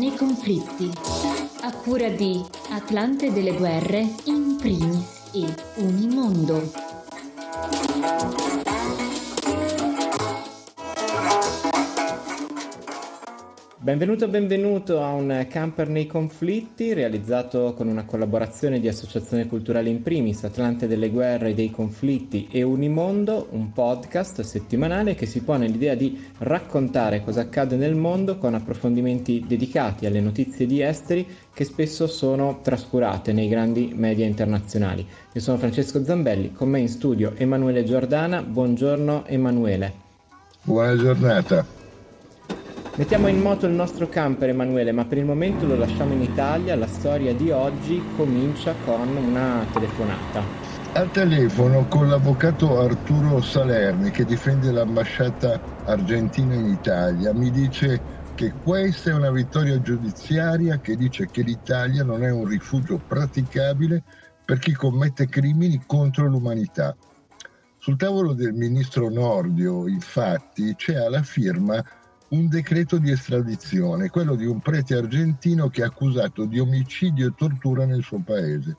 nei conflitti, a cura di Atlante delle Guerre in primis e Unimondo. Benvenuto a un camper nei conflitti realizzato con una collaborazione di Associazione Culturale in primis, Atlante delle Guerre e dei Conflitti e Unimondo, un podcast settimanale che si pone l'idea di raccontare cosa accade nel mondo con approfondimenti dedicati alle notizie di esteri che spesso sono trascurate nei grandi media internazionali. Io sono Francesco Zambelli, con me in studio Emanuele Giordana. Buongiorno Emanuele. Buona giornata. Mettiamo in moto il nostro camper, Emanuele, ma per il momento lo lasciamo in Italia. La storia di oggi comincia con una telefonata. Al telefono con l'avvocato Arturo Salerni, che difende l'ambasciata argentina in Italia. Mi dice che questa è una vittoria giudiziaria che dice che l'Italia non è un rifugio praticabile per chi commette crimini contro l'umanità. Sul tavolo del ministro Nordio, infatti, c'è alla firma un decreto di estradizione, quello di un prete argentino che è accusato di omicidio e tortura nel suo paese.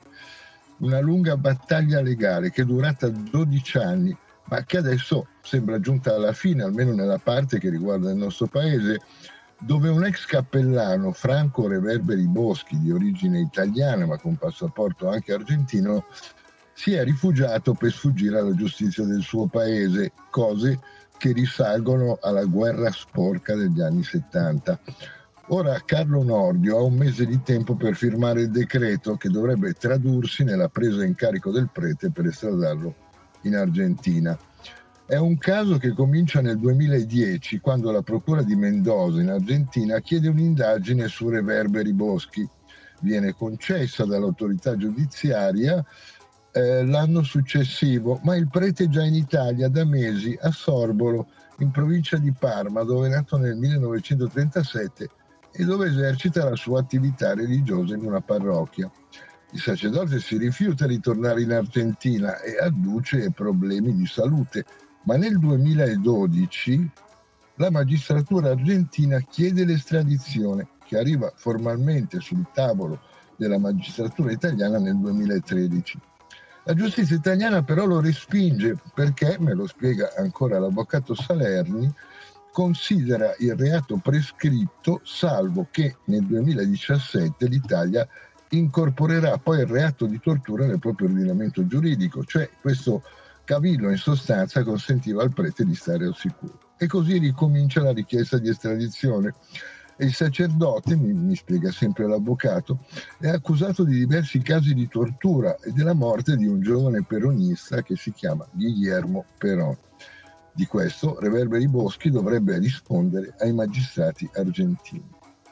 Una lunga battaglia legale che è durata 12 anni, ma che adesso sembra giunta alla fine, almeno nella parte che riguarda il nostro paese, dove un ex cappellano, Franco Reverberi Boschi, di origine italiana ma con passaporto anche argentino, si è rifugiato per sfuggire alla giustizia del suo paese, cose che risalgono alla guerra sporca degli anni 70. Ora Carlo Nordio ha un mese di tempo per firmare il decreto che dovrebbe tradursi nella presa in carico del prete per estradarlo in Argentina. È un caso che comincia nel 2010, quando la procura di Mendoza in Argentina chiede un'indagine su Reverberi Boschi. Viene concessa dall'autorità giudiziaria l'anno successivo, ma il prete è già in Italia da mesi a Sorbolo, in provincia di Parma, dove è nato nel 1937 e dove esercita la sua attività religiosa in una parrocchia. Il sacerdote si rifiuta di tornare in Argentina e adduce problemi di salute, ma nel 2012 la magistratura argentina chiede l'estradizione, che arriva formalmente sul tavolo della magistratura italiana nel 2013. La giustizia italiana però lo respinge perché, me lo spiega ancora l'avvocato Salerni, considera il reato prescritto, salvo che nel 2017 l'Italia incorporerà poi il reato di tortura nel proprio ordinamento giuridico, cioè questo cavillo in sostanza consentiva al prete di stare al sicuro. E così ricomincia la richiesta di estradizione. E il sacerdote, mi spiega sempre l'avvocato, è accusato di diversi casi di tortura e della morte di un giovane peronista che si chiama Guillermo Perón. Di questo Reverberi Boschi dovrebbe rispondere ai magistrati argentini.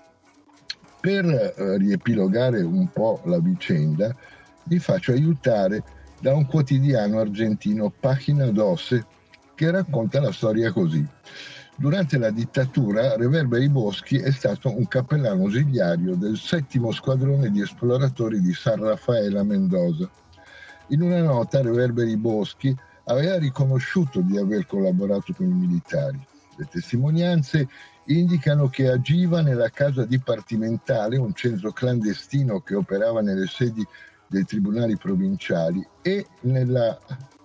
Per riepilogare un po' la vicenda, vi faccio aiutare da un quotidiano argentino, Página 12, che racconta la storia così. Durante la dittatura, Reverberi Boschi è stato un cappellano ausiliario del 7° squadrone di esploratori di San Raffaele a Mendoza. In una nota, Reverberi Boschi aveva riconosciuto di aver collaborato con i militari. Le testimonianze indicano che agiva nella casa dipartimentale, un centro clandestino che operava nelle sedi dei tribunali provinciali, e nella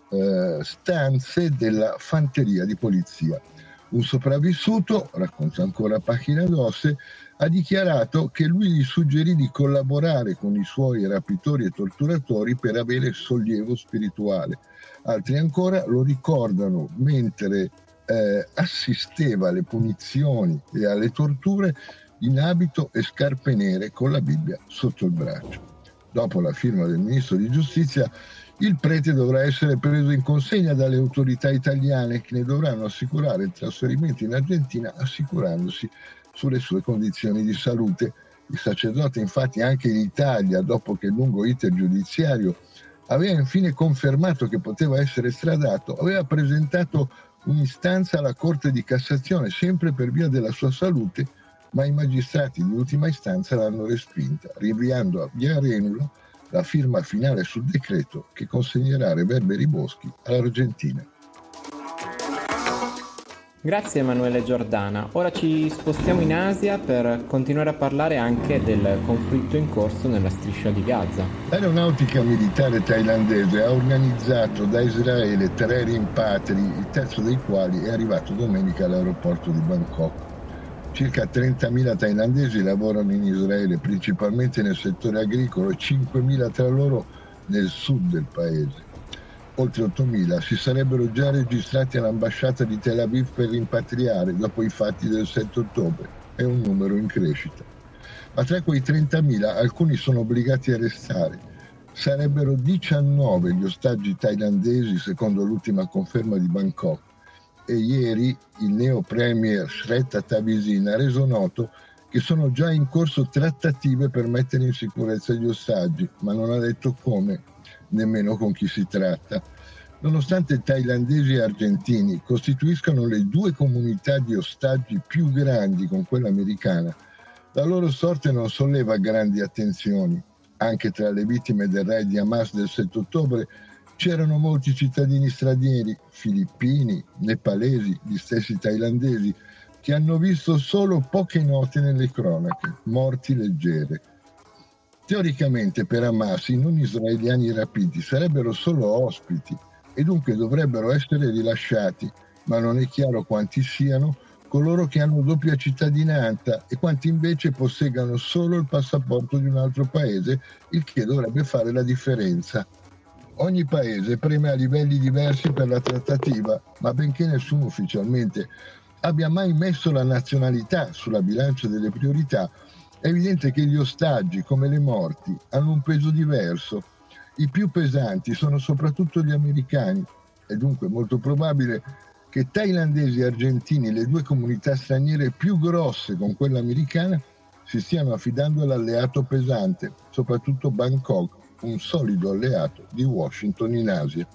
stanze della fanteria di polizia. Un sopravvissuto, racconta ancora Página 12, ha dichiarato che lui gli suggerì di collaborare con i suoi rapitori e torturatori per avere sollievo spirituale. Altri ancora lo ricordano mentre assisteva alle punizioni e alle torture in abito e scarpe nere con la Bibbia sotto il braccio. Dopo la firma del ministro di giustizia, il prete dovrà essere preso in consegna dalle autorità italiane, che ne dovranno assicurare il trasferimento in Argentina assicurandosi sulle sue condizioni di salute. Il sacerdote, infatti, anche in Italia, dopo che il lungo iter giudiziario aveva infine confermato che poteva essere estradato, aveva presentato un'istanza alla Corte di Cassazione, sempre per via della sua salute, ma i magistrati di ultima istanza l'hanno respinta, rinviando a via Arenula la firma finale sul decreto che consegnerà Reverberi Boschi all'Argentina. Grazie Emanuele Giordana. Ora ci spostiamo in Asia per continuare a parlare anche del conflitto in corso nella striscia di Gaza. L'aeronautica militare thailandese ha organizzato da Israele 3 rimpatri, il terzo dei quali è arrivato domenica all'aeroporto di Bangkok. Circa 30.000 thailandesi lavorano in Israele, principalmente nel settore agricolo, e 5.000 tra loro nel sud del paese. Oltre 8.000 si sarebbero già registrati all'ambasciata di Tel Aviv per rimpatriare dopo i fatti del 7 ottobre. È un numero in crescita. Ma tra quei 30.000 alcuni sono obbligati a restare. Sarebbero 19 gli ostaggi thailandesi secondo l'ultima conferma di Bangkok. E ieri il neo premier Srettha Thavisin ha reso noto che sono già in corso trattative per mettere in sicurezza gli ostaggi, ma non ha detto come, nemmeno con chi si tratta. Nonostante thailandesi e argentini costituiscano le 2 comunità di ostaggi più grandi con quella americana, la loro sorte non solleva grandi attenzioni. Anche tra le vittime del raid di Hamas del 7 ottobre c'erano molti cittadini stranieri, filippini, nepalesi, gli stessi thailandesi, che hanno visto solo poche note nelle cronache, morti leggere. Teoricamente per Hamas i non israeliani rapiti sarebbero solo ospiti e dunque dovrebbero essere rilasciati, ma non è chiaro quanti siano coloro che hanno doppia cittadinanza e quanti invece posseggano solo il passaporto di un altro paese, il che dovrebbe fare la differenza. Ogni paese preme a livelli diversi per la trattativa, ma benché nessuno ufficialmente abbia mai messo la nazionalità sulla bilancia delle priorità, è evidente che gli ostaggi, come le morti, hanno un peso diverso. I più pesanti sono soprattutto gli americani. È dunque molto probabile che thailandesi e argentini, le 2 comunità straniere più grosse con quella americana, si stiano affidando all'alleato pesante, soprattutto Bangkok, un solido alleato di Washington in Asia.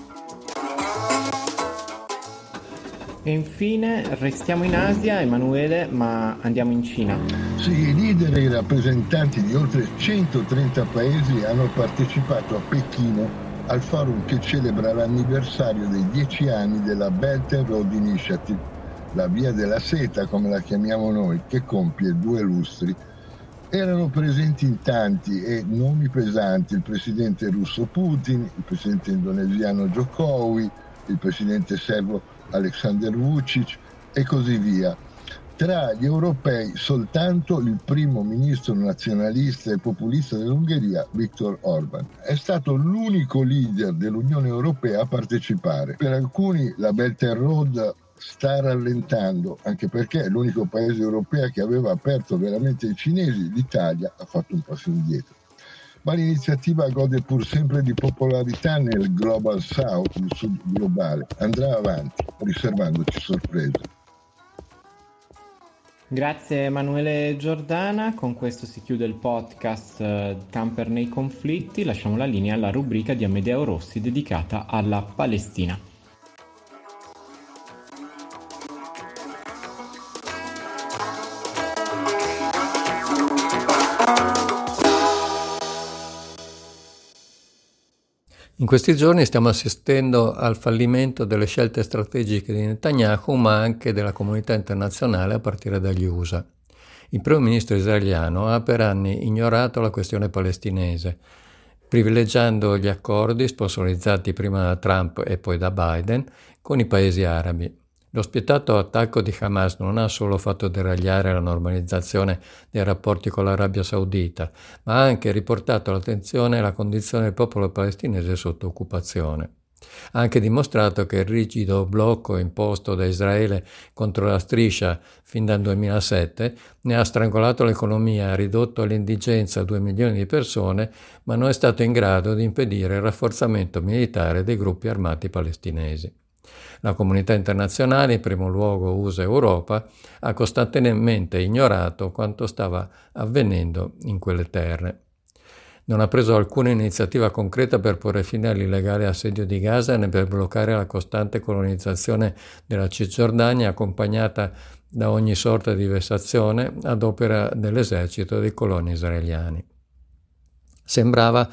E infine restiamo in Asia, Emanuele, ma andiamo in Cina. Sì, i leader e i rappresentanti di oltre 130 paesi hanno partecipato a Pechino al forum che celebra l'anniversario dei 10 anni della Belt and Road Initiative, la via della seta come la chiamiamo noi, che compie 2 lustri. Erano presenti in tanti e nomi pesanti: il presidente russo Putin, il presidente indonesiano Jokowi, il presidente serbo Aleksandar Vučić e così via. Tra gli europei soltanto il primo ministro nazionalista e populista dell'Ungheria, Viktor Orban. È stato l'unico leader dell'Unione Europea a partecipare. Per alcuni la Belt and Road sta rallentando, anche perché è l'unico paese europeo che aveva aperto veramente ai cinesi. L'Italia ha fatto un passo indietro. Ma l'iniziativa gode pur sempre di popolarità nel Global South, il sud globale. Andrà avanti, riservandoci sorprese. Grazie Emanuele Giordana, con questo si chiude il podcast Camper nei conflitti, lasciamo la linea alla rubrica di Amedeo Rossi dedicata alla Palestina. In questi giorni stiamo assistendo al fallimento delle scelte strategiche di Netanyahu, ma anche della comunità internazionale a partire dagli USA. Il primo ministro israeliano ha per anni ignorato la questione palestinese, privilegiando gli accordi sponsorizzati prima da Trump e poi da Biden con i paesi arabi. Lo spietato attacco di Hamas non ha solo fatto deragliare la normalizzazione dei rapporti con l'Arabia Saudita, ma ha anche riportato l'attenzione alla condizione del popolo palestinese sotto occupazione. Ha anche dimostrato che il rigido blocco imposto da Israele contro la striscia fin dal 2007 ne ha strangolato l'economia, ha ridotto all'indigenza 2 milioni di persone, ma non è stato in grado di impedire il rafforzamento militare dei gruppi armati palestinesi. La comunità internazionale, in primo luogo USA e Europa, ha costantemente ignorato quanto stava avvenendo in quelle terre. Non ha preso alcuna iniziativa concreta per porre fine all'illegale assedio di Gaza né per bloccare la costante colonizzazione della Cisgiordania, accompagnata da ogni sorta di vessazione ad opera dell'esercito dei coloni israeliani. Sembrava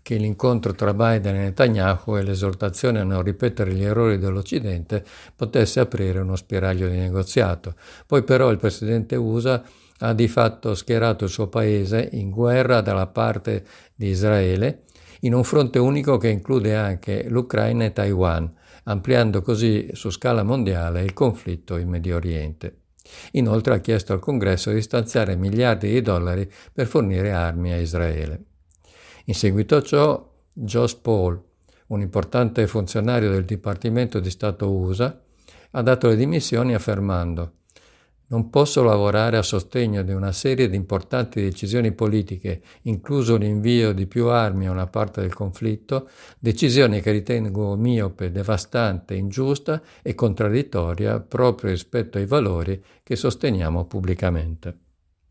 che l'incontro tra Biden e Netanyahu e l'esortazione a non ripetere gli errori dell'Occidente potesse aprire uno spiraglio di negoziato. Poi però il presidente USA ha di fatto schierato il suo paese in guerra dalla parte di Israele, in un fronte unico che include anche l'Ucraina e Taiwan, ampliando così su scala mondiale il conflitto in Medio Oriente. Inoltre ha chiesto al Congresso di stanziare miliardi di dollari per fornire armi a Israele. In seguito a ciò, Josh Paul, un importante funzionario del Dipartimento di Stato USA, ha dato le dimissioni affermando: «Non posso lavorare a sostegno di una serie di importanti decisioni politiche, incluso l'invio di più armi a una parte del conflitto, decisione che ritengo miope, devastante, ingiusta e contraddittoria proprio rispetto ai valori che sosteniamo pubblicamente».